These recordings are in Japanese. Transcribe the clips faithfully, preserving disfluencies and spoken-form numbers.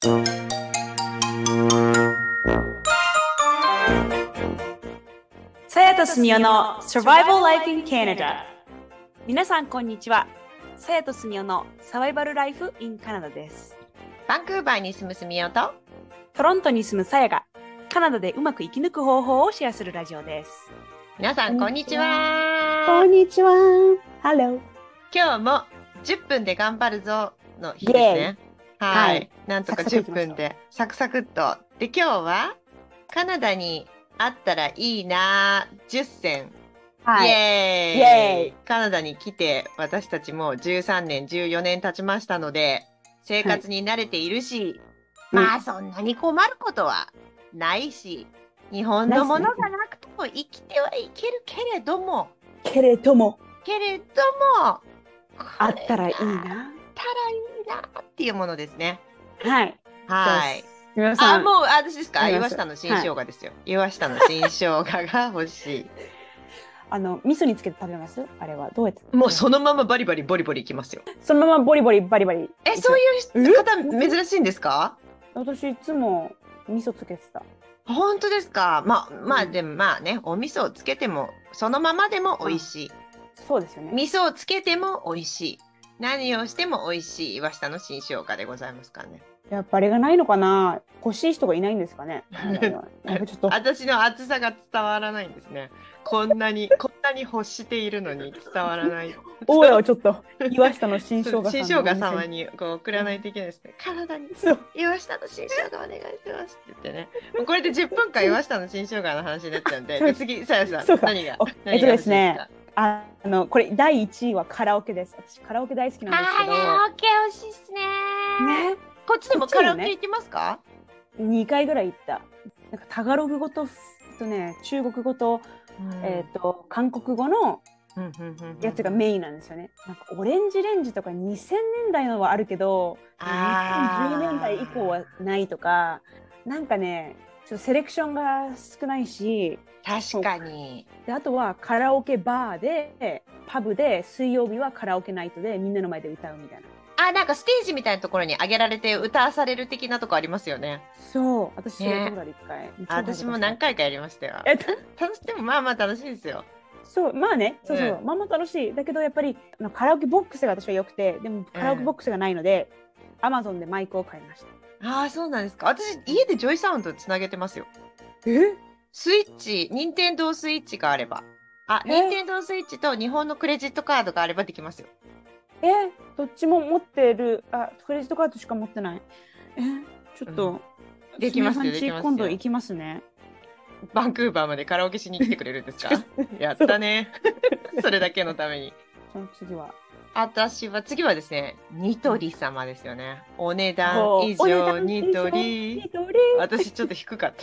さやとすみおの Survival Life in Canada。 皆さんこんにちは。さやとすみおのサバイバルライフ in カナダです。 バンクーバーに住むすみおとトロントに住むさやがカナダでうまく生き抜く方法をシェアするラジオです。 皆さんこんにちは。 こんにちは。ハロー。 今日もじゅっぷんで頑張るぞの日ですね。はい、はい、なんとかじゅっぷんでサクサクっと。で、今日はカナダにあったらいいなじゅっせん、はい、イエーイ、イエーイ。カナダに来て私たちもじゅうさんねんじゅうよねん経ちましたので生活に慣れているし、はい、まあそんなに困ることはないし、日本のものがなくても生きてはいけるけれどもけれどもけれどもあったらいいな、あったらいいなっていうものですね。 はいはい。 皆さん、 あ、もう私ですか。岩下の新生姜ですよ。はい、岩下の新生姜が欲しい。 あの味噌につけて食べます？あれはどうやって？ もうそのままバリバリボリボリいきますよ。 そのままボリボリバリバリ。 え、そういう方珍しいんですか？ 私いつも味噌つけてた。 本当ですか？まあまあでもまあね、お味噌をつけてもそのままでも美味しい。 うん、そうですよね。 味噌をつけても美味しい。何をしても美味しい岩下の新生姜でございますからね。 やっぱあれがないのかな。欲しい人がいないんですかね。やっぱちょっと私の熱さが伝わらないんですね。こんなにこんなに欲しているのに伝わらない。 オーラをちょっと岩下の新生姜新生姜様にこう送らないといけないですね。体に岩下の新生姜お願いしますって言ってね。もうこれでじゅっぷんかん岩下の新生姜の話になっちゃうんで、で次さやさん何がえっとですね。あのこれだいいちいはカラオケです。私カラオケ大好きなんですけど。 カラオケ美味しいですね。ね。こっちでもカラオケ行きますか？ にかいぐらい行った。なんかタガログ語ととね、中国語と、うん、えっと韓国語のやつがメインなんですよね。なんかオレンジレンジとかにせんねんだいのはあるけど、にせんじゅうねんだい以降はないとか、なんかね、ちょっとセレクションが少ないし。 確かに。 で、あとはカラオケバーでパブで水曜日はカラオケナイトでみんなの前で歌うみたいな。 あ、なんかステージみたいなところに上げられて歌わされる的なとこありますよね。 そう、私それやったことある一回、ね、 私も何回かやりましたよ。え楽しでもまあまあ楽しいですよ。 そうまあね、そうそう、うん、まあまあ楽しい。だけどやっぱりカラオケボックスが私は良くて、でもカラオケボックスがないので、うん、アマゾンでマイクを買いました。 ああ、そうなんですか。私家でジョイサウンドつなげてますよ。 え？ スイッチ、任天堂スイッチがあれば。あ、任天堂スイッチと日本のクレジットカードがあればできますよ。 え、どっちも持ってる。あ、クレジットカードしか持ってない。え、ちょっと、 うん、できますよ、できますよ。 今度行きますね。 バンクーバーまでカラオケしに来てくれるんですか？やったね。それだけのために。 その次は私は次はですね、ニトリ様ですよね。お値段以上ニトリ。私ちょっと低かった。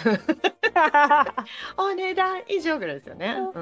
お値段以上ぐらいですよね。うん。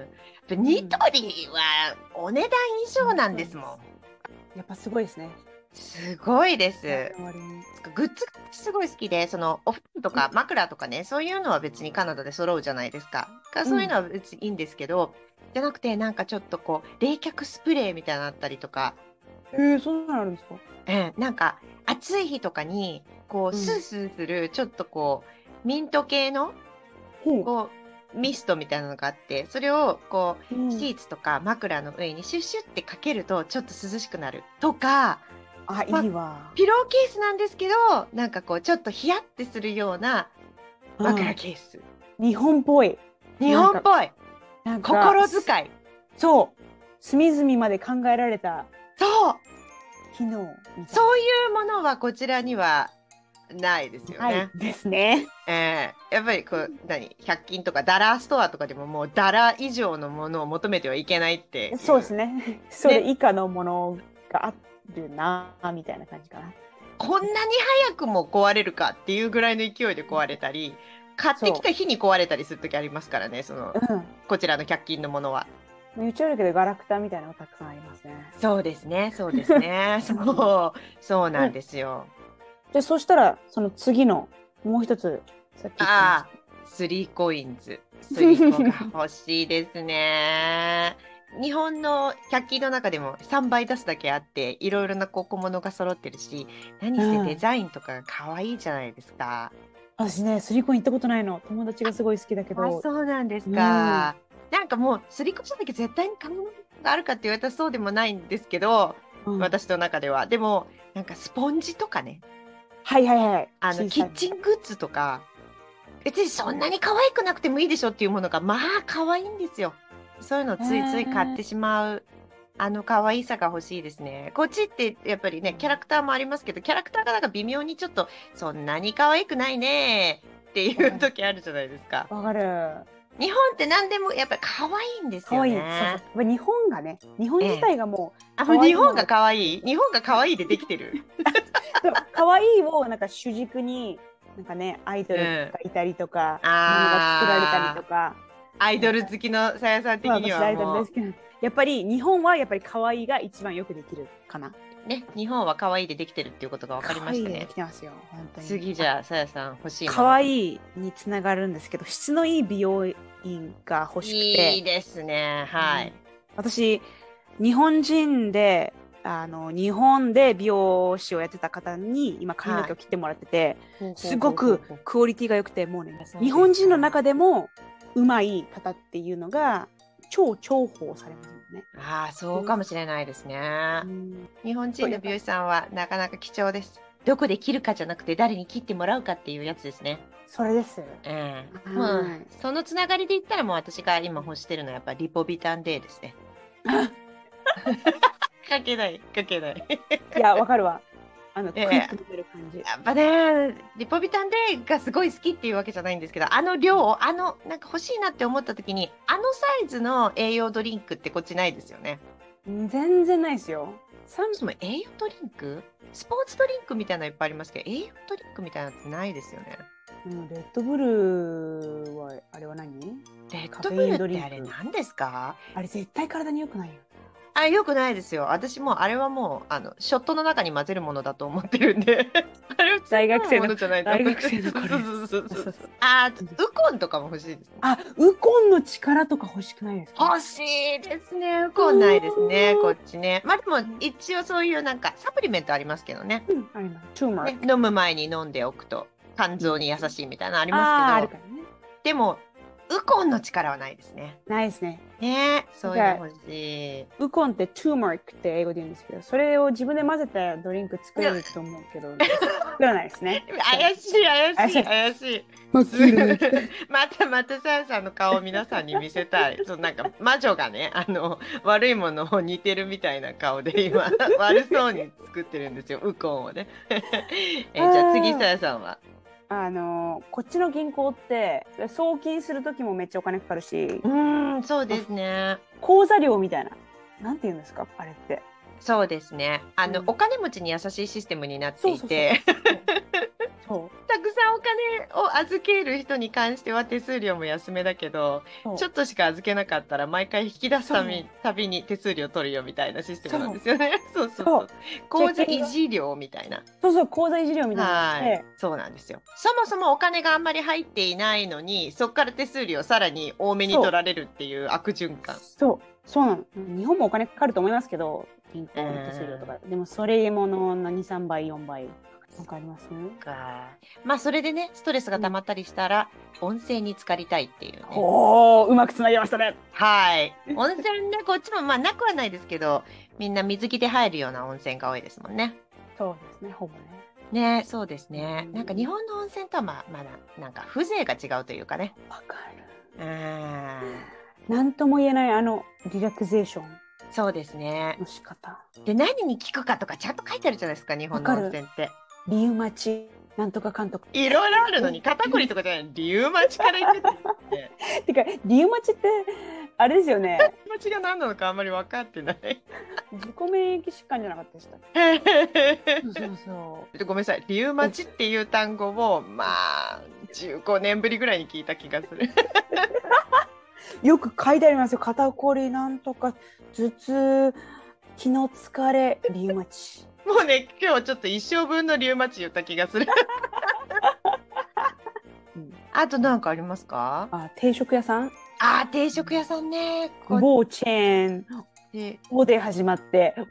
ニトリはお値段以上なんですもん。 やっぱすごいですね。 すごいです。グッズがすごい好きで、そのお布団とか枕とかね、そういうのは別にカナダで揃うじゃないですか。そういうのは別にいいんですけど、うん、じゃなくてなんかちょっとこう冷却スプレーみたいなのあったりとか。 えー、そんなのあるんですか？ えー、なんか暑い日とかにこうスースーするちょっとこうミント系のこうミストみたいなのがあって、それをこうシーツとか枕の上にシュッシュってかけるとちょっと涼しくなるとか。 あ、ま、いいわ。 ピローケースなんですけど、なんかこうちょっとヒヤってするような枕ケース。 日本っぽい。 日本っぽい。心遣い。 そう。隅々まで考えられた。 そう。 機能。 そういうものはこちらにはないですよね。 はいですね。 えー、やっぱりこう何ひゃく均とかダラーストアとかでももうダラ以上のものを求めてはいけないって。 そうですね。それ以下のものがあって。るなみたいな感じかな。 こんなに早くも壊れるかっていうぐらいの勢いで壊れたり、買ってきた日に壊れたりする時ありますからね、その、うん、こちらのひゃく均のものは。 言っちゃうけどガラクタみたいなのがたくさんありますね。 そうですね、そうですね。そう、そうなんですよ。 うん、で、そしたらその次のもう一つさっき言ってました。 ああ、スリーコインズ。スリーコが欲しいですね。 日本のひゃく均の中でもさんばい出すだけあっていろいろなこう小物が揃ってるし、何せデザインとかが可愛いじゃないですか。 私ね、スリコン行ったことないの。友達がすごい好きだけあ、 ど。 そうなんですか。なんかもうスリコンじゃなきゃ絶対に買うものがあるかって言われたらそうでもないんですけど、 うん、 私の中では。でもなんかスポンジとかね、 はいはいはい。 あのキッチングッズとか、別にそんなに可愛くなくてもいいでしょっていうものがまあ可愛いんですよ。そういうのをついつい買ってしまう、あの可愛さが欲しいですね。こっちってやっぱりね、キャラクターもありますけど、キャラクターがなんか微妙にちょっとそんなに可愛くないねっていう時あるじゃないですか。 わかる。 日本って何でもやっぱり可愛いんですよね。 可愛い。そうそう。日本がね、日本自体がもう、 ええ、あ、もう日本が可愛い。日本が可愛いでできてる。 可愛いをなんか主軸になんかね、アイドルがいたりとか、 うん、 ものが作られたりとか。 アイドル好きのさやさん的にはもうやっぱり日本はやっぱり可愛いが一番よくできるかな。 ね、日本は可愛いでできてるっていうことが分かりましたね。 できてますよ、本当に。 次じゃあさやさん欲しいもの。 可愛いにつながるんですけど、質のいい美容院が欲しくて。 いいですね、はい。うん、 私日本人であの日本で美容師をやってた方に今髪の毛を切ってもらってて、はい、すごくクオリティが良くて、もうね、日本人の中でもうまい方っていうのが超重宝されますよね。 ああ、そうかもしれないですね。うん、日本人の美容師さんはなかなか貴重です。どこで切るかじゃなくて誰に切ってもらうかっていうやつですね。 それです。 ええ、もうそのつながりで言ったらもう私が今欲してるのはやっぱリポビタン D ですね。かけないかけない。いや、わかるわ。あの、クイック飲める感じ。 やっぱね、リポビタン D がすごい好きっていうわけじゃないんですけど、あの量、あの、なんか欲しいなって思った時に、あのサイズの栄養ドリンクってこっちないですよね。 全然ないですよ。 そもそも栄養ドリンク、スポーツドリンクみたいなのいっぱいありますけど、栄養ドリンクみたいなのってないですよね。 うん、レッドブルは、あれは何？ レッドブルってあれ何ですか？ あれ絶対体に良くないよ。 あ、よくないですよ。私もあれはもうあのショットの中に混ぜるものだと思ってるんで。あれは大学生のものじゃないと思って。 大学生のこれ。 そうそうそうそう。あ、ウコンとかも欲しいですね。 あ、ウコンの力とか欲しくないですか？ 欲しいですね。ウコンないですね、こっちね。まあでも一応そういうなんかサプリメントありますけどね。 うん、あります。チューマー、 ね、飲む前に飲んでおくと肝臓に優しいみたいなのありますけど。ね、でもウコンの力はないですね。 ないですね。 ね、そういうの欲しい。 ウコンってトゥーマークって英語で言うんですけど、それを自分で混ぜたドリンク作れると思うけど、作らないですね。 怪しい怪しい怪しい。またまたさやさんの顔を皆さんに見せたい。そうなんか魔女がね、あの悪いものを似てるみたいな顔で今悪そうに作ってるんですよ、ウコンをね。えじゃあ次さやさんは。 あのこっちの銀行って送金する時もめっちゃお金かかるし、 うん、そうですね。 口座料みたいな、なんて言うんですかあれって。 そうですね。あの、うん、お金持ちに優しいシステムになっていて、たくさんお金を預ける人に関しては手数料も安めだけど、ちょっとしか預けなかったら毎回引き出すたびたびに手数料取るよみたいなシステムなんですよね。そうそうそう。口座維持料みたいな。 そうそう、口座維持料みたいな。 はい。そうなんですよ。そもそもお金があんまり入っていないのに、そこから手数料さらに多めに取られるっていう悪循環。 そう、そうなの。日本もお金かかると思いますけど、銀行の手数料とか。でもそれものに、さんばい、よんばい。わかりますね。 か。まあそれでね、ストレスが溜まったりしたら、うん、温泉に浸かりたいっていうね。 おー、うまくつなげましたね。 はい。温泉ね、こっちもまあなくはないですけど、みんな水着で入るような温泉が多いですもんね。 そうですね、ほぼね。 ね、そうですね。なんか日本の温泉とはまあまだなんか風情が違うというかね。 わかる。 うん。 なんとも言えないあのリラクゼーション。 そうですね。 の仕方。 で何に効くかとかちゃんと書いてあるじゃないですか、日本の温泉って。 リウマチなんとかかんとかいろいろあるのに肩こりとかじゃない、リウマチからいくっててかリウマチってあれですよね。 リウマチが何なのかあんまり分かってない。 自己免疫疾患じゃなかったでした。そうそうそう。 ごめんなさい、リウマチっていう単語をまあじゅうごねんぶりぐらいに聞いた気がする。 よく書いてありますよ。肩こりなんとか頭痛気の疲れリウマチ。 もうね、今日ちょっと一生分のリウマチ言った気がする。うん、あと何かありますか？ あ、定食屋さん。 あー、定食屋さんね。こ某チェーン、 で、 O で始まって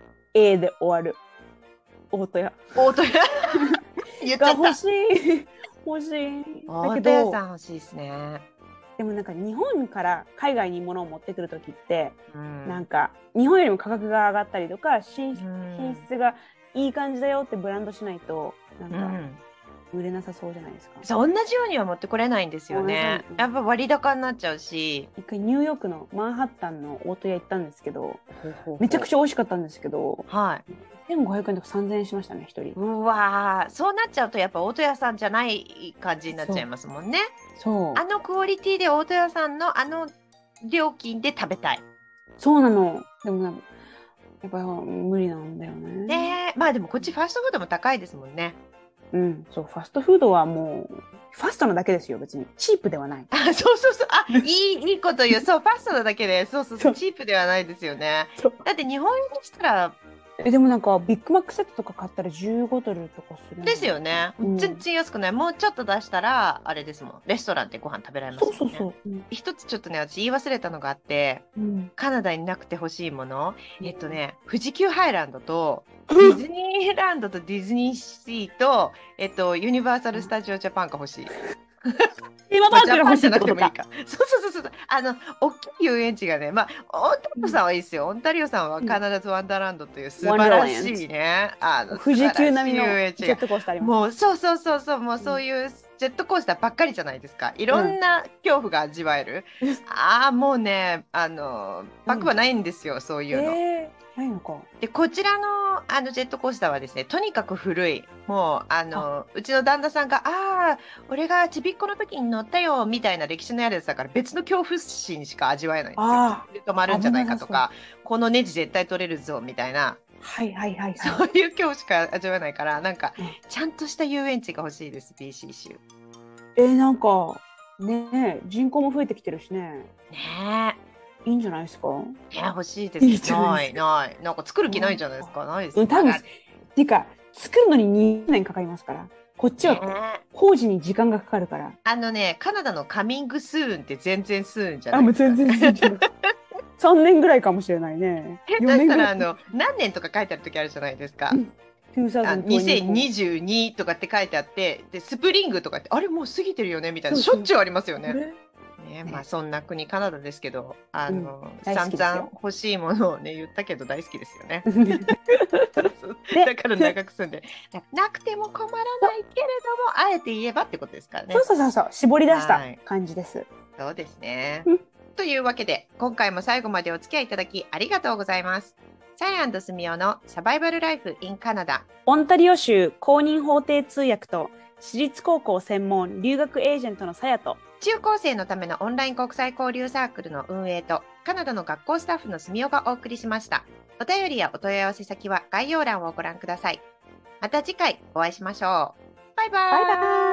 A で終わる大戸屋大戸屋言っちゃった。 が欲しい。欲しい。だ大けど、 戸屋さん欲しいですね。 でもなんか日本から海外に物を持ってくるときって、 うんなんか日本よりも価格が上がったりとか、品うん品質がいい感じだよってブランドしないと、なんかうん売れなさそうじゃないですか。 そう、同じようには持ってこれないんですよね。 同じようにやっぱ割高になっちゃうし。 一回ニューヨークのマンハッタンの大戸屋行ったんですけど、めちゃくゃ。 ちゃ美味しかったんですけど、 はい。 せんごひゃくえんとかさんぜんえんしましたね、一人。 うわー、そうなっちゃうとやっぱ大戸屋さんじゃない感じになっちゃいますもんね。 そう。 あのクオリティで大戸屋さんのあの料金で食べたい。 そうなの。でもなんか、やっぱ無理なんだよね。 ねえ、まあでもこっちファーストフードも高いですもんね。 うん、そう、ファストフードはもう、ファストなだけですよ、別に。チープではない。 あ、そうそうそう。あ、いい、いいこと言う。そう、ファストなだけで、そうそうそ、 そううチープではないですよね。 そうだって日本円にしたら、 え、でもなんか、ビッグマックセットとか買ったらじゅうごドルとかするのですよね。 うん全然安くない。もうちょっと出したら、あれですもん。レストランでご飯食べられますよね。 そうそうそう。うん一つちょっとね、私言い忘れたのがあって、 うん。 カナダになくてほしいもの。えっとね、富士急ハイランドと、デうんィズニーランドとディズニーシーと、えっと、ユニバーサル・スタジオ・ジャパンが欲しい。まあ、 テーマパークが欲しいジャパンじゃなってことか。 くてもいいか。そうそうそうそう。あの、大きい遊園地がね、まあ、オンタリオさんはいいですよ。オンタリオさんはカナダズ・ワンダーランドという素晴らしいね。あの、 富士急並みの素晴らしい遊園地がジェットコースターあります。 もう、そうそうそうそう、もうそういうジェットコースターばっかりじゃないですか。いろんな恐怖が味わえる。ああ、もうね、あの、バックはないんですよ、そういうの。 えー、ないのか。 で、こちらの、あのジェットコースターはですね、とにかく古い。もう、あの、うちの旦那さんが、ああ、俺がちびっこの時に乗ったよ、みたいな歴史のあるやつだから、別の恐怖心しか味わえないんですよ。 あで止まるんじゃないかとか、このネジ絶対取れるぞ、みたいな、 はいはいはいそはい。 ういう恐怖しか味わえないから、なんかうん、 ちゃんとした遊園地が欲しいです、ビーシー 州。 えー、なんか、ねえ、人口も増えてきてるしね。 ねいいんじゃないですか。 え、ねえ、欲しいでいいす。 じゃなないい、 ですかない。なんか作る気ないじゃないですか。ないです。 うん、多分、 ねっていうか、作るのににねんかかりますから。こっちはえ工事に時間がかかるから。 あのね、カナダのカミングスーンって全然スーンじゃなあ、もういですか。 全然全然。さんねんぐらいかもしれないね。 下手したらあよねんぐらい。 の何年とか書いてある時あるじゃないですか。 うんあにせんにじゅうににせんにじゅうにとかって書いてあってでスプリングとかってあれもう過ぎてるよねみたいなそうそうしょっちゅうありますよね。 これねまあそんな国カナダですけどあの、 うん大好散きですよ 々欲しいものをね言ったけど大好きですよね。そうでだから長く住んでなくても困らないけれどもあえて言えばってことですからねそう。そうそうそう、絞り出したはい感じです。 そうですねうん。 というわけで今回も最後までお付き合いいただきありがとうございます。サイスミオのサバイバルライフ in カナダ。 オンタリオ州公認法廷通訳と私立高校専門留学エージェントのさやと中高生のためのオンライン国際交流サークルの運営とカナダの学校スタッフのスミオがお送りしました。お便りやお問い合わせ先は概要欄をご覧ください。また次回お会いしましょう。バイバーイ。 バイバーイ。